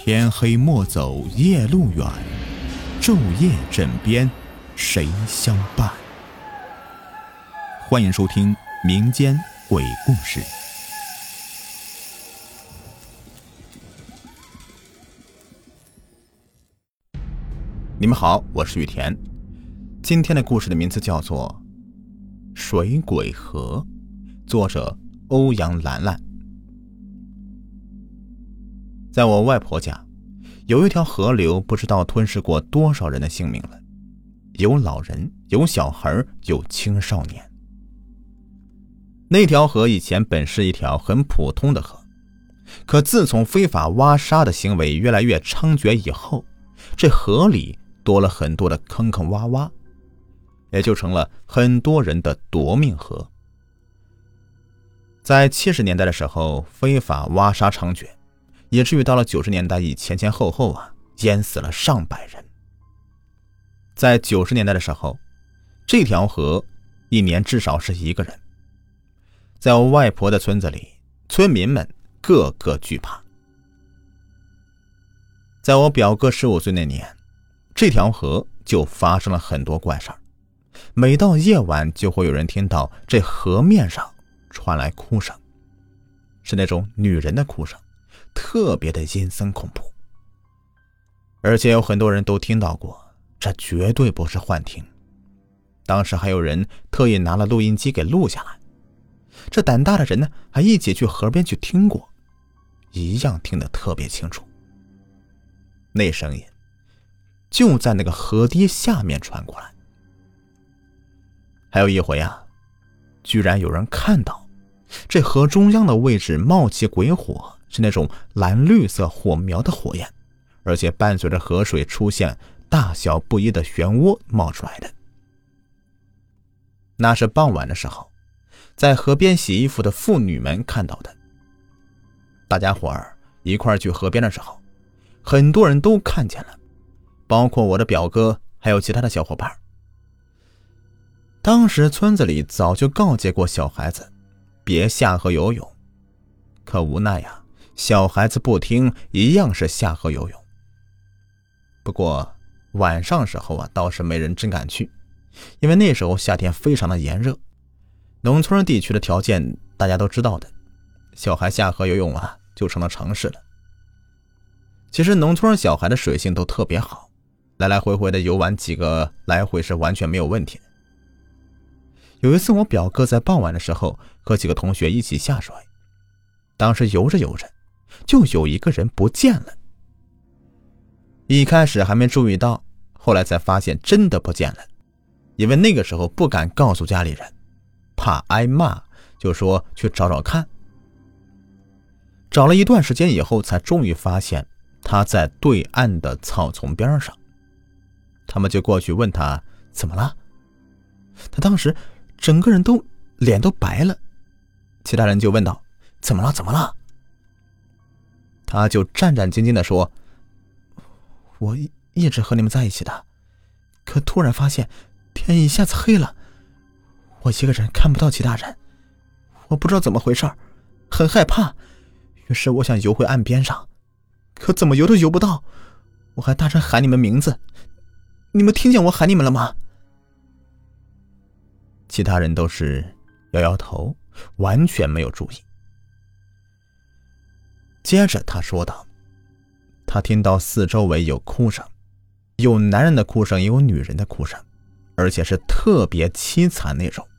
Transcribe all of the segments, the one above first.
天黑莫走夜路远，昼夜枕边谁相伴？欢迎收听民间鬼故事。你们好，我是雨田。今天的故事的名字叫做水鬼河，作者欧阳兰兰。在我外婆家，有一条河流，不知道吞噬过多少人的性命了，有老人，有小孩，有青少年。那条河以前本是一条很普通的河，可自从非法挖沙的行为越来越猖獗以后，这河里多了很多的坑坑洼洼，也就成了很多人的夺命河。在70年代的时候，非法挖沙猖獗，以至于到了90年代前后淹死了上百人。在90年代的时候，这条河一年至少是一个人。在我外婆的村子里，村民们个个惧怕。在我表哥15岁那年，这条河就发生了很多怪事儿。每到夜晚，就会有人听到这河面上传来哭声，是那种女人的哭声，特别的阴森恐怖。而且有很多人都听到过，这绝对不是幻听。当时还有人特意拿了录音机给录下来，这胆大的人呢，还一起去河边去听过，一样听得特别清楚。那声音就在那个河堤下面传过来。还有一回啊，居然有人看到这河中央的位置冒起鬼火，是那种蓝绿色火苗的火焰，而且伴随着河水出现大小不一的漩涡冒出来的。那是傍晚的时候，在河边洗衣服的妇女们看到的。大家伙儿一块去河边的时候，很多人都看见了，包括我的表哥还有其他的小伙伴。当时村子里早就告诫过小孩子别下河游泳，可无奈呀，小孩子不听，一样是下河游泳。不过晚上时候倒是没人真敢去，因为那时候夏天非常的炎热，农村地区的条件大家都知道的，小孩下河游泳就成了常事了。其实农村小孩的水性都特别好，来来回回的游玩几个来回是完全没有问题的。有一次我表哥在傍晚的时候和几个同学一起下水，当时游着游着，就有一个人不见了。一开始还没注意到，后来才发现真的不见了。因为那个时候不敢告诉家里人，怕挨骂，就说去找找看。找了一段时间以后，才终于发现他在对岸的草丛边上。他们就过去问他怎么了，他当时整个人脸都白了。其他人就问道怎么了怎么了，他就战战兢兢地说，我一直和你们在一起的，可突然发现天一下子黑了，我一个人看不到其他人，我不知道怎么回事，很害怕，于是我想游回岸边上，可怎么游都游不到，我还大声喊你们名字，你们听见我喊你们了吗？其他人都是摇摇头，完全没有注意。接着他说道，他听到四周围有哭声，有男人的哭声，也有女人的哭声，而且是特别凄惨那种。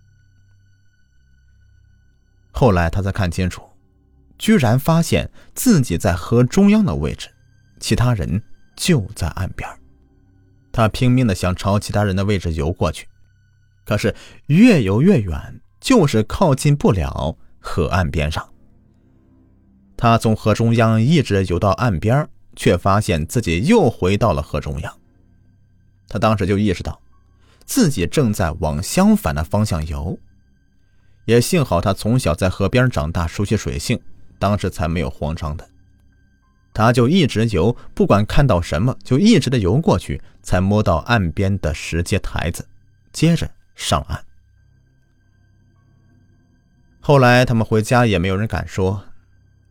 后来他才看清楚，居然发现自己在河中央的位置，其他人就在岸边。他拼命地想朝其他人的位置游过去，可是越游越远，就是靠近不了河岸边上。他从河中央一直游到岸边，却发现自己又回到了河中央。他当时就意识到自己正在往相反的方向游，也幸好他从小在河边长大，熟悉水性，当时才没有慌张的。他就一直游，不管看到什么就一直的游过去，才摸到岸边的石阶台子，接着上岸。后来他们回家也没有人敢说，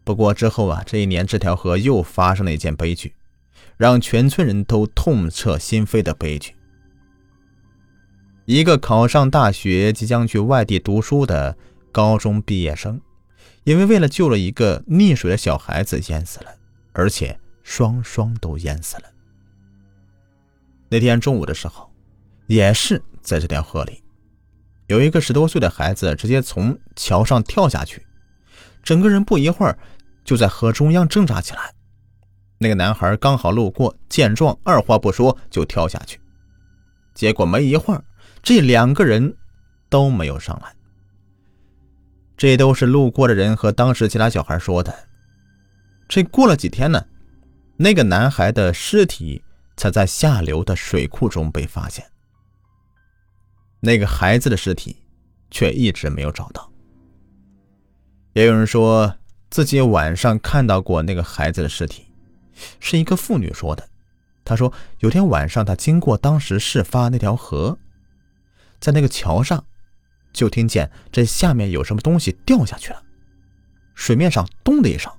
不过之后这一年这条河又发生了一件悲剧，让全村人都痛彻心扉的悲剧。一个考上大学即将去外地读书的高中毕业生，因为为了救了一个溺水的小孩子淹死了，而且双都淹死了。那天中午的时候，也是在这条河里，有一个10多岁的孩子直接从桥上跳下去，整个人不一会儿就在河中央挣扎起来。那个男孩刚好路过，见状二话不说就跳下去，结果没一会儿这2个人都没有上来。这都是路过的人和当时其他小孩说的。这过了几天呢，那个男孩的尸体才在下流的水库中被发现，那个孩子的尸体却一直没有找到。也有人说自己晚上看到过那个孩子的尸体，是一个妇女说的。她说有天晚上她经过当时事发那条河，在那个桥上就听见这下面有什么东西掉下去了，水面上咚的一声，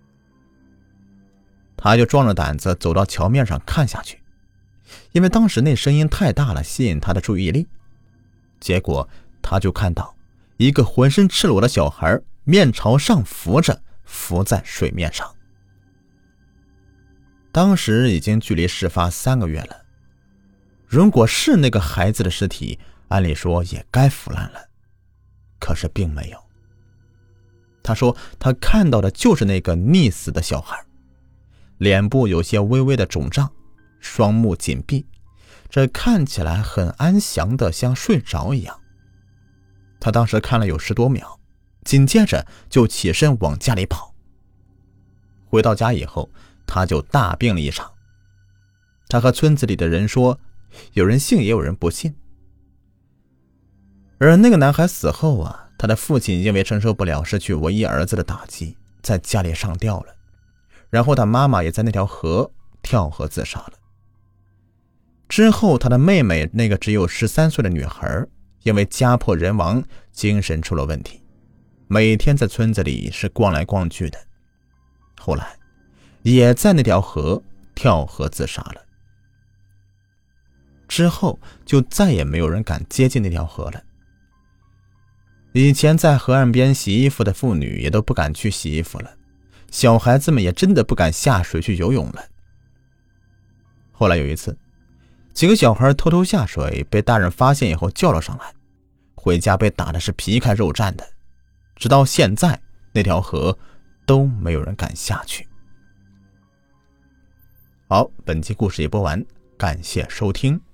她就壮着胆子走到桥面上看下去，因为当时那声音太大了，吸引她的注意力。结果她就看到一个浑身赤裸的小孩面朝上浮在水面上。当时已经距离事发3个月了，如果是那个孩子的尸体，按理说也该腐烂了，可是并没有。他说他看到的就是那个溺死的小孩，脸部有些微微的肿胀，双目紧闭，这看起来很安详的像睡着一样。他当时看了有10多秒，紧接着就起身往家里跑。回到家以后，他就大病了一场。他和村子里的人说，有人信也有人不信。而那个男孩死后他的父亲因为承受不了失去唯一儿子的打击，在家里上吊了，然后他妈妈也在那条河跳河自杀了。之后他的妹妹那个只有13岁的女孩，因为家破人亡，精神出了问题，每天在村子里是逛来逛去的，后来也在那条河跳河自杀了。之后就再也没有人敢接近那条河了。以前在河岸边洗衣服的妇女也都不敢去洗衣服了，小孩子们也真的不敢下水去游泳了。后来有一次，几个小孩偷偷下水，被大人发现以后叫了上来，回家被打的是皮开肉绽的，直到现在那条河都没有人敢下去。好，本期故事也播完，感谢收听。